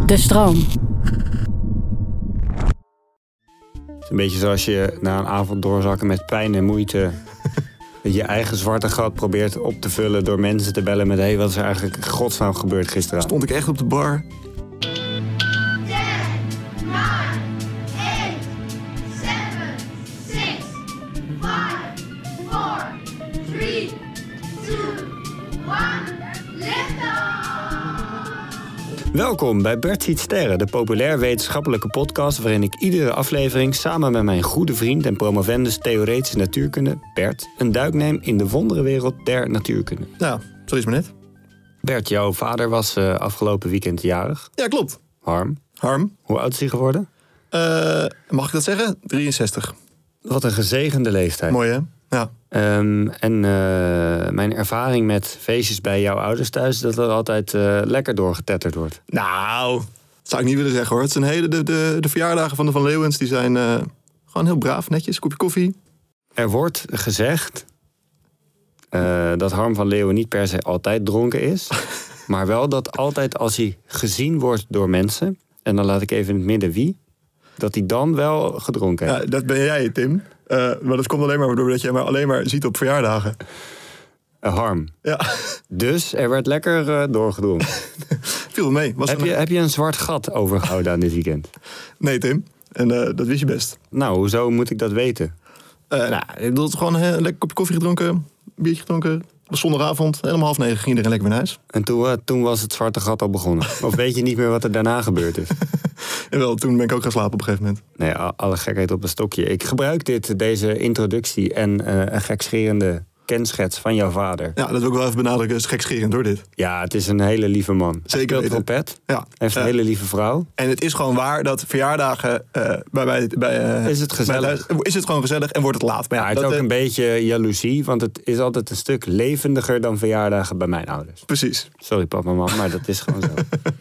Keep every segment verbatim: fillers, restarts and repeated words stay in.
De stroom. Het is een beetje zoals je na een avond doorzakken met pijn en moeite je eigen zwarte gat probeert op te vullen door mensen te bellen met hé, hey, wat is er eigenlijk in godsnaam gebeurd gisteren? Stond ik echt op de bar? Welkom bij Bert Ziet Sterren, de populair wetenschappelijke podcast waarin ik iedere aflevering samen met mijn goede vriend en promovendus theoretische natuurkunde, Bert, een duik neem in de wonderenwereld der natuurkunde. Ja, zo is maar net. Bert, jouw vader was uh, afgelopen weekend jarig. Ja, klopt. Harm. Harm. Hoe oud is hij geworden? Uh, mag ik dat zeggen? drieënzestig. Wat een gezegende leeftijd. Mooi, hè? Ja. Um, en uh, mijn ervaring met feestjes bij jouw ouders thuis is dat er altijd uh, lekker doorgetetterd wordt. Nou, dat zou ik niet willen zeggen hoor. Het zijn hele, de, de, de verjaardagen van de Van Leeuwens, die zijn uh, gewoon heel braaf, netjes, kopje koffie. Er wordt gezegd uh, dat Harm van Leeuwen niet per se altijd dronken is. Maar wel dat altijd als hij gezien wordt door mensen, en dan laat ik even in het midden wie, dat hij dan wel gedronken heeft. Ja, dat ben jij, Tim. Uh, maar dat komt alleen maar doordat je hem alleen maar ziet op verjaardagen. Uh, Harm. Ja. Dus er werd lekker uh, doorgedronken. Viel mee. Was heb, een... je, heb je een zwart gat overgehouden aan dit weekend? Nee, Tim. En uh, dat wist je best. Nou, hoezo moet ik dat weten? Uh, nou, ik bedoel, gewoon een lekker kopje koffie gedronken, een biertje gedronken. Was zondagavond, helemaal half negen ging iedereen lekker weer naar huis. En toen, uh, toen was het zwarte gat al begonnen? Of weet je niet meer wat er daarna gebeurd is? En wel, toen ben ik ook gaan slapen op een gegeven moment. Nee, alle gekheid op een stokje. Ik gebruik dit, deze introductie en uh, een gekscherende kenschets van jouw vader. Ja, dat wil ik wel even benadrukken. Het is gekscherend hoor, dit. Ja, het is een hele lieve man. Zeker weten. Trompet. Ja. Heeft een uh, hele lieve vrouw. En het is gewoon waar dat verjaardagen uh, bij... bij, bij uh, is het gezellig? Bij, is het gewoon gezellig en wordt het laat. Maar ja, ja, het dat, is ook uh, een beetje jaloezie, want het is altijd een stuk levendiger dan verjaardagen bij mijn ouders. Precies. Sorry papa en mam, maar dat is gewoon zo.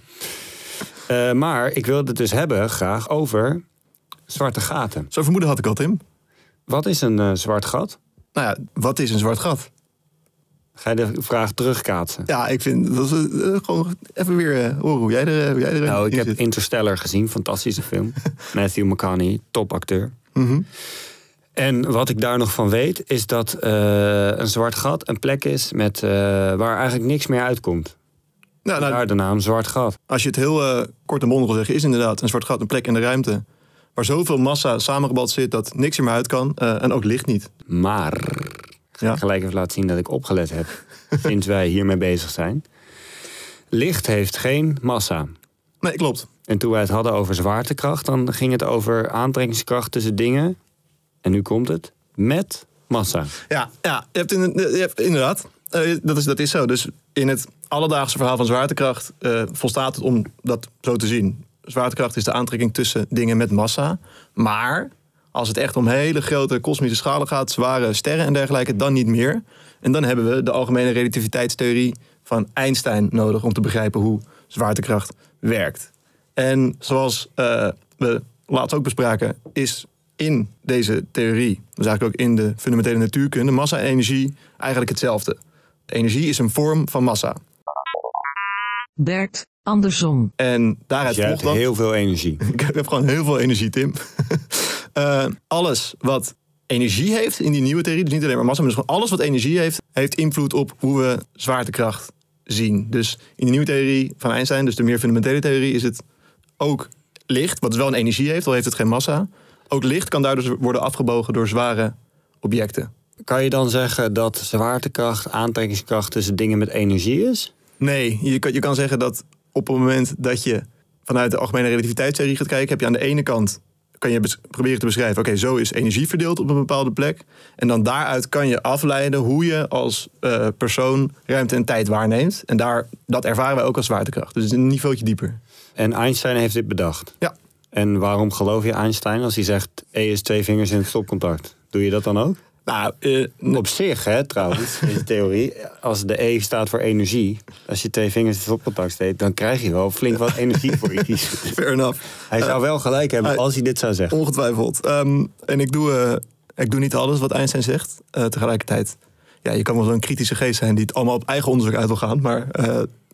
Uh, maar ik wilde het dus hebben graag over zwarte gaten. Zo'n vermoeden had ik al, Tim. Wat is een uh, zwart gat? Nou ja, wat is een zwart gat? Ga je de vraag terugkaatsen? Ja, ik vind dat we uh, gewoon even weer uh, horen hoe jij er, hoe jij er Nou, ik heb zit. Interstellar gezien, fantastische film. Matthew McConaughey, topacteur. Mm-hmm. En wat ik daar nog van weet, is dat uh, een zwart gat een plek is met, uh, waar eigenlijk niks meer uitkomt. Nou, nou, daar de naam zwart gat. Als je het heel uh, kort en bondig wil zeggen, is inderdaad een zwart gat een plek in de ruimte waar zoveel massa samengebald zit dat niks er meer uit kan uh, en ook licht niet. Maar, ik ga ja. gelijk even laten zien dat ik opgelet heb sinds wij hiermee bezig zijn. Licht heeft geen massa. Nee, klopt. En toen wij het hadden over zwaartekracht, dan ging het over aantrekkingskracht tussen dingen. En nu komt het met massa. Ja, ja je hebt, in, je hebt inderdaad. Uh, dat, is, dat is zo. Dus in het alledaagse verhaal van zwaartekracht uh, volstaat het om dat zo te zien. Zwaartekracht is de aantrekking tussen dingen met massa. Maar als het echt om hele grote kosmische schalen gaat, zware sterren en dergelijke, dan niet meer. En dan hebben we de algemene relativiteitstheorie van Einstein nodig om te begrijpen hoe zwaartekracht werkt. En zoals uh, we laatst ook bespraken, is in deze theorie, dus eigenlijk ook in de fundamentele natuurkunde, massa en energie eigenlijk hetzelfde. Energie is een vorm van massa. Bert, andersom. En daaruit dus volgt dan... heel veel energie. Ik heb gewoon heel veel energie, Tim. uh, alles wat energie heeft in die nieuwe theorie, dus niet alleen maar massa, maar dus gewoon alles wat energie heeft, heeft invloed op hoe we zwaartekracht zien. Dus in de nieuwe theorie van Einstein, dus de meer fundamentele theorie, is het ook licht, wat dus wel een energie heeft, al heeft het geen massa. Ook licht kan daardoor worden afgebogen door zware objecten. Kan je dan zeggen dat zwaartekracht, aantrekkingskracht tussen dingen met energie is? Nee, je kan, je kan zeggen dat op het moment dat je vanuit de algemene relativiteitstheorie gaat kijken, heb je aan de ene kant, kan je bes- proberen te beschrijven, oké, okay, zo is energie verdeeld op een bepaalde plek. En dan daaruit kan je afleiden hoe je als uh, persoon ruimte en tijd waarneemt. En daar, dat ervaren wij ook als zwaartekracht. Dus het is een niveautje dieper. En Einstein heeft dit bedacht? Ja. En waarom geloof je Einstein als hij zegt E is twee vingers in het stopcontact? Doe je dat dan ook? Nou, uh, op zich, hè, trouwens, in de theorie, als de E staat voor energie, als je twee vingers in het stopcontact steekt, dan krijg je wel flink wat energie voor je kiezen. Fair enough. Hij zou wel gelijk hebben uh, als hij dit zou zeggen. Ongetwijfeld. Um, en ik doe, uh, ik doe niet alles wat Einstein zegt. Uh, tegelijkertijd, ja, je kan wel zo'n kritische geest zijn die het allemaal op eigen onderzoek uit wil gaan, maar uh,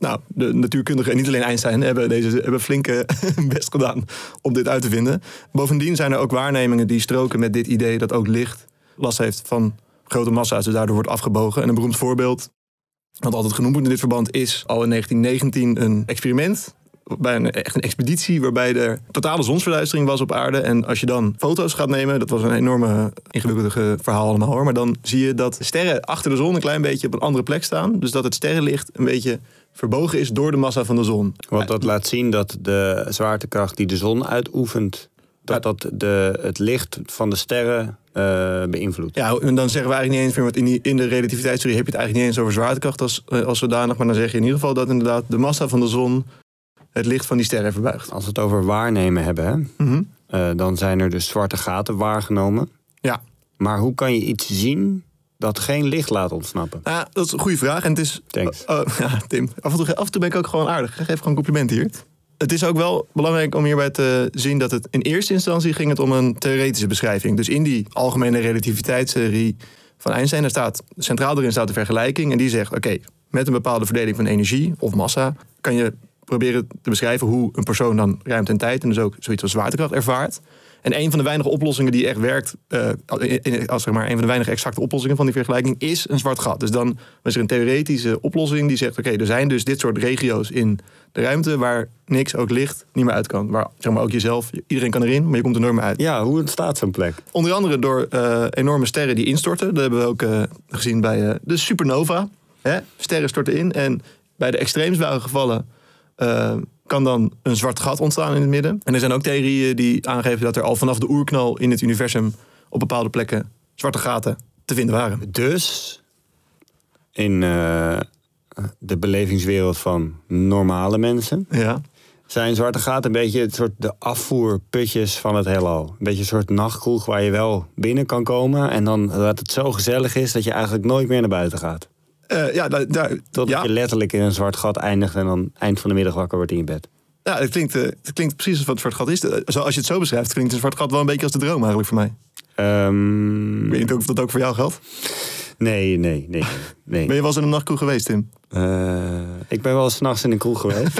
Nou, de natuurkundigen en niet alleen Einstein hebben, deze, hebben flinke best gedaan om dit uit te vinden. Bovendien zijn er ook waarnemingen die stroken met dit idee dat ook licht last heeft van grote massa's, dus daardoor wordt afgebogen. En een beroemd voorbeeld, wat altijd genoemd wordt in dit verband, is al in negentien negentien een experiment. Bij een, echt een expeditie waarbij er totale zonsverduistering was op aarde. En als je dan foto's gaat nemen, dat was een enorme ingewikkelde verhaal allemaal hoor. Maar dan zie je dat sterren achter de zon een klein beetje op een andere plek staan. Dus dat het sterrenlicht een beetje verbogen is door de massa van de zon. Want dat laat zien dat de zwaartekracht die de zon uitoefent, dat dat de, het licht van de sterren uh, beïnvloedt. Ja, en dan zeggen we eigenlijk niet eens meer, want in, die, in de relativiteitstheorie heb je het eigenlijk niet eens over zwaartekracht als, als zodanig. Maar dan zeg je in ieder geval dat inderdaad de massa van de zon het licht van die sterren verbuigt. Als we het over waarnemen hebben, hè, mm-hmm. uh, dan zijn er dus zwarte gaten waargenomen. Ja. Maar hoe kan je iets zien dat geen licht laat ontsnappen? Nou, dat is een goede vraag. En het is. Thanks. Uh, ja, Tim. Af en, toe, af en toe ben ik ook gewoon aardig. Ik geef gewoon complimenten hier. Het is ook wel belangrijk om hierbij te zien dat het in eerste instantie ging het om een theoretische beschrijving. Dus in die algemene relativiteitstheorie van Einstein, daar staat centraal erin staat de vergelijking. En die zegt, oké, okay, met een bepaalde verdeling van energie of massa kan je proberen te beschrijven hoe een persoon dan ruimte en tijd en dus ook zoiets als zwaartekracht ervaart. En een van de weinige oplossingen die echt werkt, uh, als zeg maar een van de weinige exacte oplossingen van die vergelijking, is een zwart gat. Dus dan is er een theoretische oplossing die zegt, oké, okay, er zijn dus dit soort regio's in de ruimte waar niks, ook licht, niet meer uit kan. Waar zeg maar ook jezelf, iedereen kan erin, maar je komt er nooit meer uit. Ja, hoe ontstaat zo'n plek? Onder andere door uh, enorme sterren die instorten. Dat hebben we ook uh, gezien bij uh, de supernova. Hè? Sterren storten in en bij de extreem zware gevallen Uh, kan dan een zwart gat ontstaan in het midden. En er zijn ook theorieën die aangeven dat er al vanaf de oerknal in het universum op bepaalde plekken zwarte gaten te vinden waren. Dus in uh, de belevingswereld van normale mensen, ja, zijn zwarte gaten een beetje het soort de afvoerputjes van het heelal. Een beetje een soort nachtkroeg waar je wel binnen kan komen en dan dat het zo gezellig is dat je eigenlijk nooit meer naar buiten gaat. Uh, ja, daar, daar, Totdat ja. je letterlijk in een zwart gat eindigt en dan eind van de middag wakker wordt in je bed. Ja, het klinkt, uh, het klinkt precies als wat een zwart gat is. Als je het zo beschrijft, klinkt een zwart gat wel een beetje als de droom eigenlijk voor mij. Um, Weet je ook of dat ook voor jou geldt? Nee, nee, nee. nee. Ben je wel eens in een nachtkroeg geweest, Tim? Uh, ik ben wel eens 's nachts in een kroeg geweest.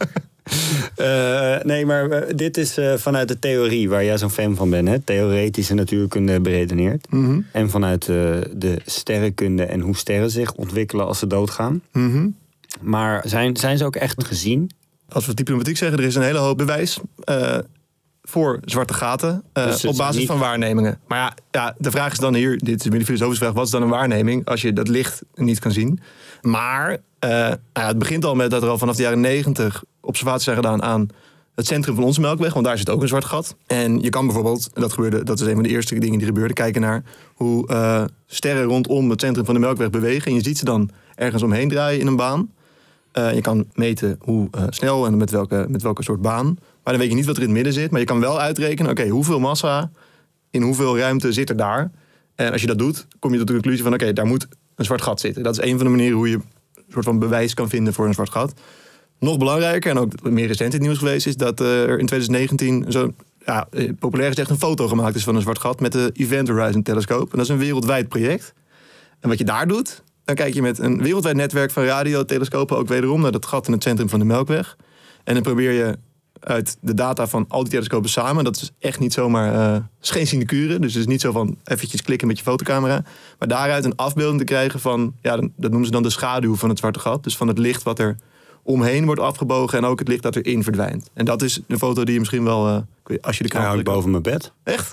uh, nee, maar uh, dit is uh, vanuit de theorie waar jij zo'n fan van bent. Hè? Theoretische natuurkunde beredeneerd. Mm-hmm. En vanuit uh, de sterrenkunde en hoe sterren zich ontwikkelen als ze doodgaan. Mm-hmm. Maar zijn, zijn ze ook echt gezien? Als we diplomatiek zeggen, er is een hele hoop bewijs uh, voor zwarte gaten uh, dus op basis niet van waarnemingen. Maar ja, ja, de vraag is dan hier, dit is meer de filosofische vraag, wat is dan een waarneming als je dat licht niet kan zien? Maar uh, nou ja, het begint al met dat er al vanaf de jaren negentig observaties zijn gedaan aan het centrum van onze Melkweg, want daar zit ook een zwart gat. En je kan bijvoorbeeld, dat gebeurde, dat is een van de eerste dingen die gebeurde, kijken naar hoe uh, sterren rondom het centrum van de Melkweg bewegen. En je ziet ze dan ergens omheen draaien in een baan. Uh, je kan meten hoe uh, snel en met welke, met welke soort baan. Maar dan weet je niet wat er in het midden zit. Maar je kan wel uitrekenen, oké, okay, hoeveel massa in hoeveel ruimte zit er daar? En als je dat doet, kom je tot de conclusie van, oké, okay, daar moet een zwart gat zitten. Dat is een van de manieren hoe je een soort van bewijs kan vinden voor een zwart gat. Nog belangrijker, en ook meer recent in het nieuws geweest, is dat uh, er in twintig negentien zo'n, ja, populair gezegd, een foto gemaakt is van een zwart gat met de Event Horizon telescoop. En dat is een wereldwijd project. En wat je daar doet, dan kijk je met een wereldwijd netwerk van radiotelescopen ook wederom naar dat gat in het centrum van de Melkweg. En dan probeer je uit de data van al die telescopen samen, dat is echt niet zomaar, uh, is geen sinecure, dus het is niet zo van eventjes klikken met je fotocamera, maar daaruit een afbeelding te krijgen van, ja, dat noemen ze dan de schaduw van het zwarte gat. Dus van het licht wat er omheen wordt afgebogen en ook het licht dat erin verdwijnt. En dat is een foto die je misschien wel, uh, als je de camera... Hij hangt boven mijn bed. Echt?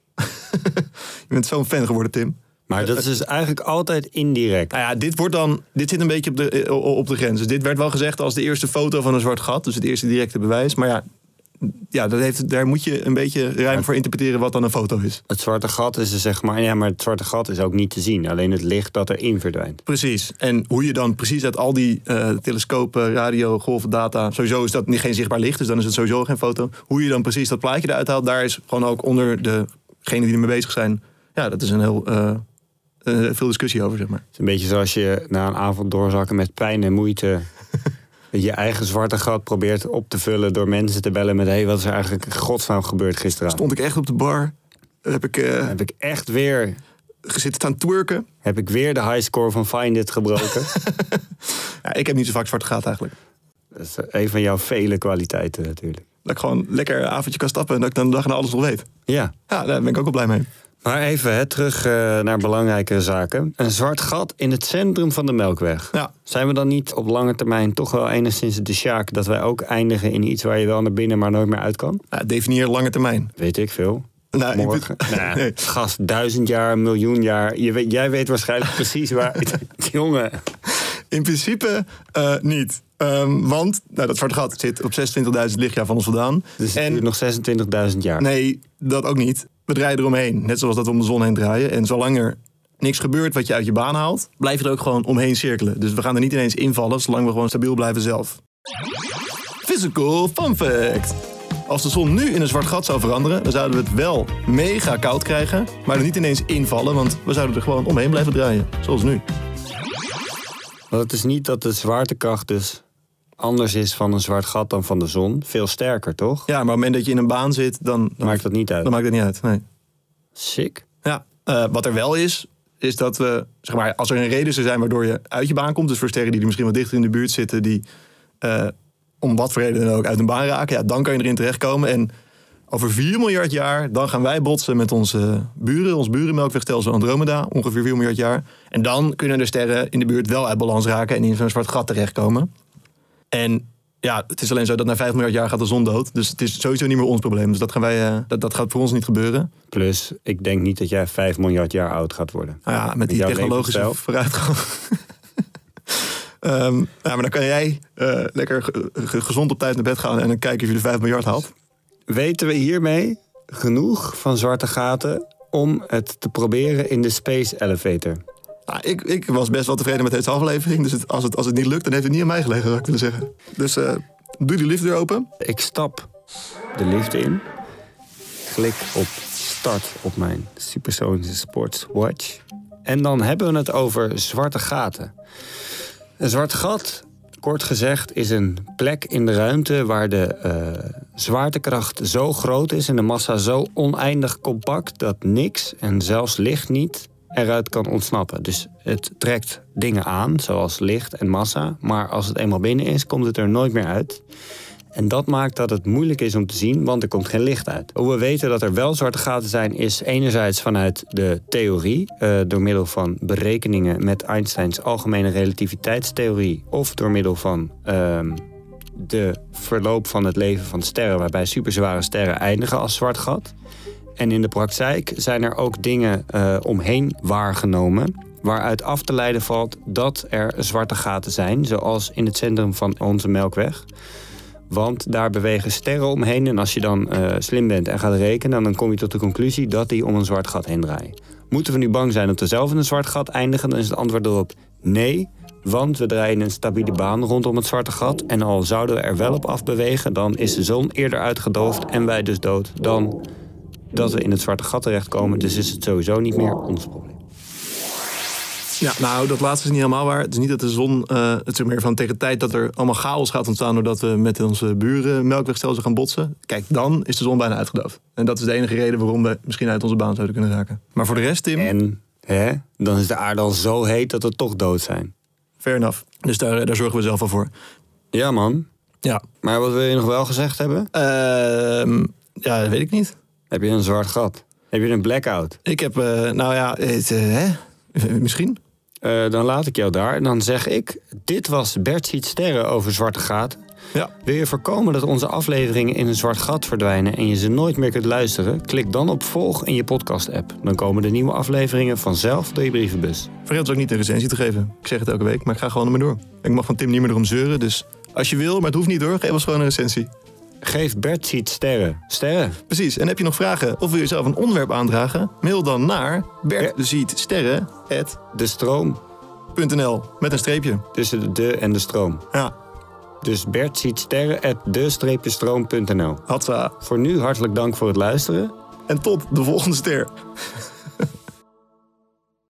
Je bent zo'n fan geworden, Tim. Maar dat is dus eigenlijk altijd indirect. Nou ja, dit wordt dan, dit zit een beetje op de, op de grens. Dus dit werd wel gezegd als de eerste foto van een zwart gat. Dus het eerste directe bewijs. Maar ja, ja dat heeft, daar moet je een beetje ruim ja, voor interpreteren wat dan een foto is. Het zwarte gat is er zeg maar... Ja, maar het zwarte gat is ook niet te zien. Alleen het licht dat erin verdwijnt. Precies. En hoe je dan precies uit al die uh, telescopen, radio, golven, data... Sowieso is dat niet geen zichtbaar licht. Dus dan is het sowieso geen foto. Hoe je dan precies dat plaatje eruit haalt... Daar is gewoon ook onder degenen die ermee bezig zijn... Ja, dat is een heel... Uh, Uh, veel discussie over, zeg maar. Het is een beetje zoals je na een avond doorzakken met pijn en moeite... je eigen zwarte gat probeert op te vullen door mensen te bellen met... hé, hey, wat is er eigenlijk in godsnaam gebeurd gisteravond? Stond ik echt op de bar. Heb ik, uh, heb ik echt weer... gezitten staan twerken. Heb ik weer de highscore van Find It gebroken? Ja, ik heb niet zo vaak zwarte gaten eigenlijk. Dat is een van jouw vele kwaliteiten natuurlijk. Dat ik gewoon lekker een avondje kan stappen en dat ik dan de dag en alles nog weet. Ja. Ja, daar ben ik ook wel blij mee. Maar even hè, terug uh, naar belangrijke zaken. Een zwart gat in het centrum van de Melkweg. Ja. Zijn we dan niet op lange termijn toch wel enigszins de sjaak... dat wij ook eindigen in iets waar je wel naar binnen maar nooit meer uit kan? Ja, definieer lange termijn. Weet ik veel. Nou, Morgen. Ik... Nou, nee. Gast, duizend jaar, een miljoen jaar. Je weet, jij weet waarschijnlijk precies waar... Jongen. In principe uh, niet. Um, want nou, dat zwarte gat zit op zesentwintigduizend lichtjaar van ons vandaan. Dus het en... duurt nog zesentwintigduizend jaar. Nee, dat ook niet. We draaien eromheen. Net zoals dat we om de zon heen draaien. En zolang er niks gebeurt wat je uit je baan haalt... blijf je er ook gewoon omheen cirkelen. Dus we gaan er niet ineens invallen... zolang we gewoon stabiel blijven zelf. Physical fun fact. Als de zon nu in een zwart gat zou veranderen... dan zouden we het wel mega koud krijgen... maar er niet ineens invallen... want we zouden er gewoon omheen blijven draaien. Zoals nu. Want het is niet dat de zwaartekracht dus anders is van een zwart gat dan van de zon. Veel sterker, toch? Ja, maar op het moment dat je in een baan zit... dan, dan maakt dat niet uit. Dan maakt dat niet uit, nee. Sick. Ja, uh, wat er wel is... is dat we, zeg maar, als er een reden zou zijn... waardoor je uit je baan komt... dus voor sterren die er misschien wat dichter in de buurt zitten... die uh, om wat voor reden dan ook uit een baan raken... Ja, dan kan je erin terechtkomen. En over vier miljard jaar... dan gaan wij botsen met onze buren... ons burenmelkwegstelsel Andromeda, ongeveer vier miljard jaar. En dan kunnen de sterren in de buurt wel uit balans raken... en in zo'n zwart gat terechtkomen. En ja, het is alleen zo dat na vijf miljard jaar gaat de zon dood. Dus het is sowieso niet meer ons probleem. Dus dat, gaan wij, uh, dat, dat gaat voor ons niet gebeuren. Plus, ik denk niet dat jij vijf miljard jaar oud gaat worden. Nou ja, met die technologische vooruitgang. um, ja, maar dan kan jij uh, lekker ge- ge- gezond op tijd naar bed gaan... en dan kijken of je de vijf miljard haalt. Weten we hiermee genoeg van zwarte gaten... om het te proberen in de Space Elevator? Nou, ik, ik was best wel tevreden met deze aflevering. Dus het, als, het, als het niet lukt, dan heeft het niet aan mij gelegen, zou ik willen zeggen. Dus uh, doe die liftdeur open. Ik stap de lift in. Klik op start op mijn Supersonische Sports Watch. En dan hebben we het over zwarte gaten. Een zwart gat, kort gezegd, is een plek in de ruimte... waar de uh, zwaartekracht zo groot is en de massa zo oneindig compact... dat niks, en zelfs licht niet... eruit kan ontsnappen. Dus het trekt dingen aan, zoals licht en massa... maar als het eenmaal binnen is, komt het er nooit meer uit. En dat maakt dat het moeilijk is om te zien, want er komt geen licht uit. Hoe we weten dat er wel zwarte gaten zijn... is enerzijds vanuit de theorie... Uh, door middel van berekeningen met Einsteins algemene relativiteitstheorie... of door middel van uh, de verloop van het leven van sterren... waarbij superzware sterren eindigen als zwart gat... En in de praktijk zijn er ook dingen uh, omheen waargenomen... waaruit af te leiden valt dat er zwarte gaten zijn... zoals in het centrum van onze Melkweg. Want daar bewegen sterren omheen... en als je dan uh, slim bent en gaat rekenen... dan kom je tot de conclusie dat die om een zwart gat heen draaien. Moeten we nu bang zijn dat we zelf in een zwart gat eindigen? Dan is het antwoord erop nee... Want we draaien een stabiele baan rondom het zwarte gat... en al zouden we er wel op afbewegen... dan is de zon eerder uitgedoofd en wij dus dood... dan dat we in het zwarte gat terechtkomen. Dus is het sowieso niet meer ons probleem. Ja, nou, dat laatste is niet helemaal waar. Het is niet dat de zon, uh, het is meer van tegen de tijd dat er allemaal chaos gaat ontstaan... doordat we met onze buren melkwegstelsel gaan botsen. Kijk, dan is de zon bijna uitgedoofd. En dat is de enige reden waarom we misschien uit onze baan zouden kunnen raken. Maar voor de rest, Tim... En, hè, dan is de aarde al zo heet dat we toch dood zijn. Fair enough. Dus daar, daar zorgen we zelf al voor. Ja, man. Ja. Maar wat wil je nog wel gezegd hebben? Uh, ja, dat weet ik niet. Heb je een zwart gat? Heb je een blackout? Ik heb, uh, nou ja, het, uh, hè? Misschien... Uh, dan laat ik jou daar en dan zeg ik... dit was Bert Ziet Sterren over zwarte gaten. Ja. Wil je voorkomen dat onze afleveringen in een zwart gat verdwijnen... en je ze nooit meer kunt luisteren? Klik dan op volg in je podcast-app. Dan komen de nieuwe afleveringen vanzelf door je brievenbus. Vergeet dus ook niet een recensie te geven. Ik zeg het elke week, maar ik ga gewoon ermee door. Ik mag van Tim niet meer erom zeuren, dus als je wil, maar het hoeft niet hoor... geef ons gewoon een recensie. Geef Bert Ziet Sterren. Sterren. Precies. En heb je nog vragen of wil je zelf een onderwerp aandragen? Mail dan naar Bert Ziet Sterren at de stroom punt n l met een streepje. Tussen de de en de stroom. Ja. Dus Bert Ziet Sterren at de stroom punt n l. Hatsa. Voor nu hartelijk dank voor het luisteren. En tot de volgende ster.